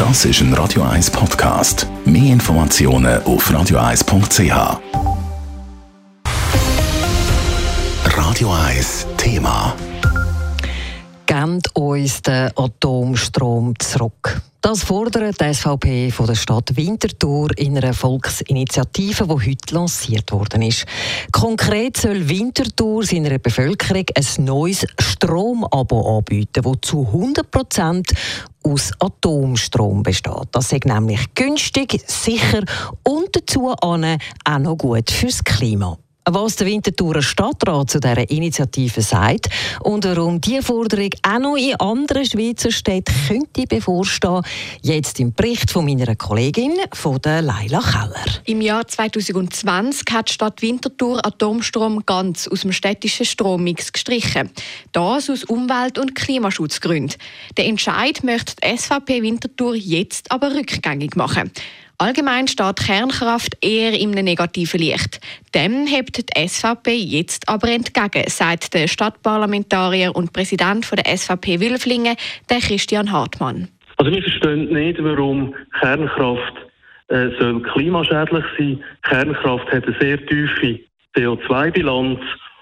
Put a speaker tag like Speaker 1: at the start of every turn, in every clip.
Speaker 1: Das ist ein Radio 1 Podcast. Mehr Informationen auf radio1.ch. Radio 1 Thema.
Speaker 2: Gebt uns den Atomstrom zurück. Das fordert die SVP von der Stadt Winterthur in einer Volksinitiative, die heute lanciert worden ist. Konkret soll Winterthur seiner Bevölkerung ein neues Stromabo anbieten, das zu 100% aus Atomstrom besteht. Das ist nämlich günstig, sicher und dazu auch noch gut fürs Klima. Was der Winterthurer Stadtrat zu dieser Initiative sagt und warum diese Forderung auch noch in anderen Schweizer Städten könnte bevorstehen, jetzt im Bericht von meiner Kollegin, von der Laila Keller.
Speaker 3: Im Jahr 2020 hat die Stadt Winterthur Atomstrom ganz aus dem städtischen Strommix gestrichen. Das aus Umwelt- und Klimaschutzgründen. Den Entscheid möchte die SVP Winterthur jetzt aber rückgängig machen. Allgemein steht Kernkraft eher in einem negativen Licht. Dem hebt die SVP jetzt aber entgegen, sagt der Stadtparlamentarier und Präsident der SVP Wülflingen, der Christian Hartmann.
Speaker 4: Also wir verstehen nicht, warum Kernkraft soll klimaschädlich sein. Kernkraft hat eine sehr tiefe CO2-Bilanz.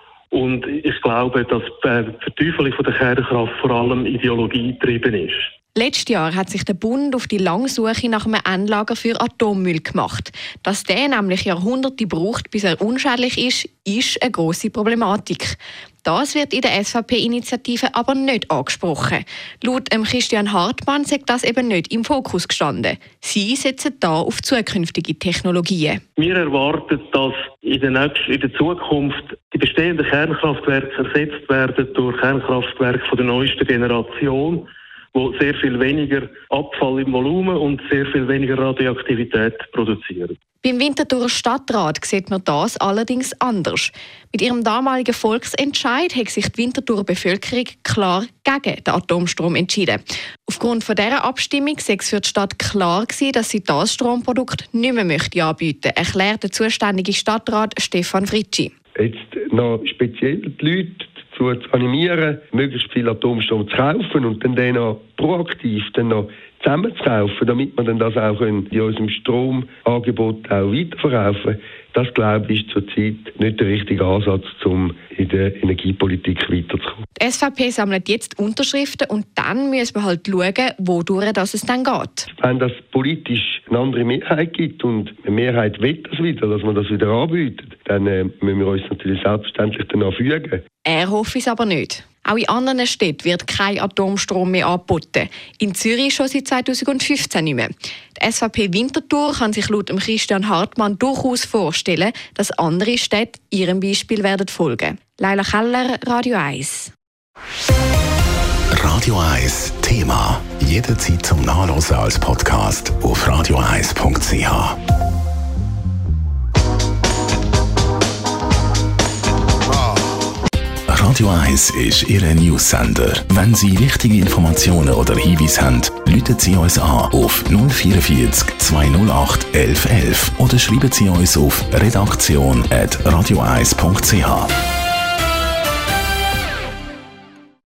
Speaker 4: Und ich glaube, dass die Verteufelung der Kernkraft vor allem Ideologie getrieben ist.
Speaker 3: Letztes Jahr hat sich der Bund auf die lange Suche nach einem Endlager für Atommüll gemacht. Dass der nämlich Jahrhunderte braucht, bis er unschädlich ist eine grosse Problematik. Das wird in der SVP-Initiative aber nicht angesprochen. Laut Christian Hartmann sei das eben nicht im Fokus gestanden. Sie setzen da auf zukünftige Technologien.
Speaker 4: Wir erwarten, dass in der Zukunft die bestehenden Kernkraftwerke ersetzt werden durch Kernkraftwerke von der neuesten Generation, wo sehr viel weniger Abfall im Volumen und sehr viel weniger Radioaktivität produzieren.
Speaker 3: Beim Winterthurer Stadtrat sieht man das allerdings anders. Mit ihrem damaligen Volksentscheid hat sich die Winterthurer Bevölkerung klar gegen den Atomstrom entschieden. Aufgrund von dieser Abstimmung sei es für die Stadt klar gewesen, dass sie das Stromprodukt nicht mehr anbieten möchte, erklärt der zuständige Stadtrat Stefan Fritschi.
Speaker 5: Jetzt noch speziell die Leute zu animieren, möglichst viel Atomstrom zu kaufen und dann den noch proaktiv noch zusammen zu kaufen, damit man dann das auch in unserem Stromangebot auch weiterverkaufen. Das, glaube ich, ist zurzeit nicht der richtige Ansatz, um in der Energiepolitik weiterzukommen.
Speaker 3: Die SVP sammelt jetzt Unterschriften und dann müssen wir halt schauen, wodurch es dann geht.
Speaker 5: Wenn das politisch eine andere Mehrheit gibt und eine Mehrheit will das wieder, dass man das wieder anbietet, dann müssen wir uns natürlich selbstverständlich danach fügen.
Speaker 3: Er hofft es aber nicht. Auch in anderen Städten wird kein Atomstrom mehr angeboten. In Zürich schon seit 2015 nicht mehr. Die SVP Winterthur kann sich laut Christian Hartmann durchaus vorstellen, dass andere Städte ihrem Beispiel werden folgen. Laila Keller, Radio 1.
Speaker 1: Radio 1 Thema. Jederzeit zum Nachlesen als Podcast auf radio1.ch. Radio 1 ist Ihr News-Sender. Wenn Sie wichtige Informationen oder Hinweise haben, rufen Sie uns an auf 044 208 1111 oder schreiben Sie uns auf redaktion@radio1.ch.